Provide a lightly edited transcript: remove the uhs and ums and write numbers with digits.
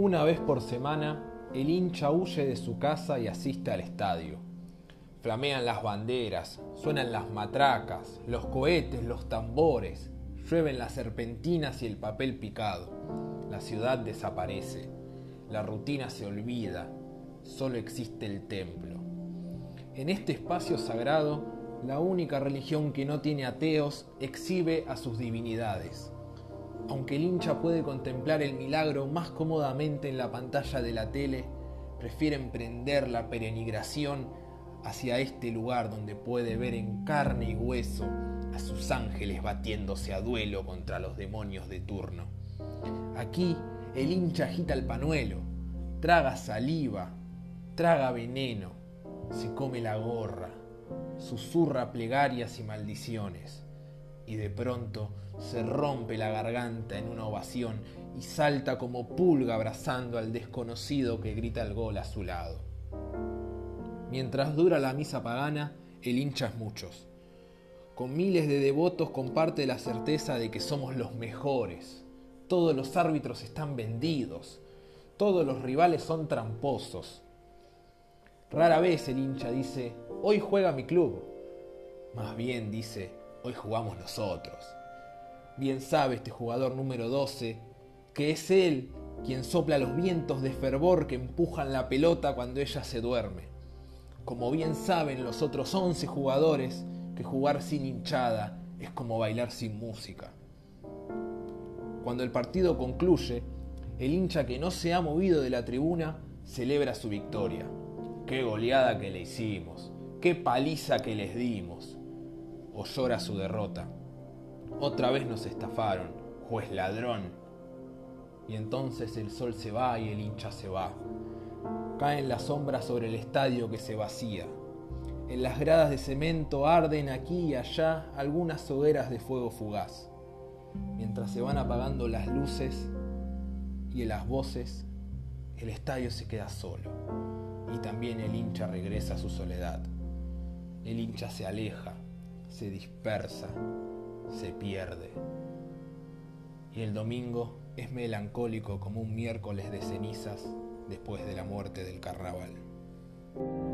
Una vez por semana, el hincha huye de su casa y asiste al estadio. Flamean las banderas, suenan las matracas, los cohetes, los tambores, llueven las serpentinas y el papel picado. La ciudad desaparece, la rutina se olvida, solo existe el templo. En este espacio sagrado, la única religión que no tiene ateos exhibe a sus divinidades. Aunque el hincha puede contemplar el milagro más cómodamente en la pantalla de la tele, prefiere emprender la peregrinación hacia este lugar donde puede ver en carne y hueso a sus ángeles batiéndose a duelo contra los demonios de turno. Aquí el hincha agita el pañuelo, traga saliva, traga veneno, se come la gorra, susurra plegarias y maldiciones, y de pronto se rompe la garganta en una ovación y salta como pulga abrazando al desconocido que grita el gol a su lado. Mientras dura la misa pagana, el hincha es muchos. Con miles de devotos comparte la certeza de que somos los mejores. Todos los árbitros están vendidos. Todos los rivales son tramposos. Rara vez el hincha dice, hoy juega mi club. Más bien dice, hoy jugamos nosotros. Bien sabe este jugador número 12 que es él quien sopla los vientos de fervor que empujan la pelota cuando ella se duerme. Como bien saben los otros 11 jugadores que jugar sin hinchada es como bailar sin música. Cuando el partido concluye, el hincha que no se ha movido de la tribuna celebra su victoria. ¡Qué goleada que le hicimos! ¡Qué paliza que les dimos! O llora su derrota. Otra vez nos estafaron, juez ladrón. Y entonces el sol se va y el hincha se va. Caen las sombras sobre el estadio que se vacía. En las gradas de cemento arden aquí y allá algunas hogueras de fuego fugaz. Mientras se van apagando las luces y las voces, el estadio se queda solo. Y también el hincha regresa a su soledad. El hincha se aleja, se dispersa, se pierde. Y el domingo es melancólico como un miércoles de cenizas después de la muerte del carnaval.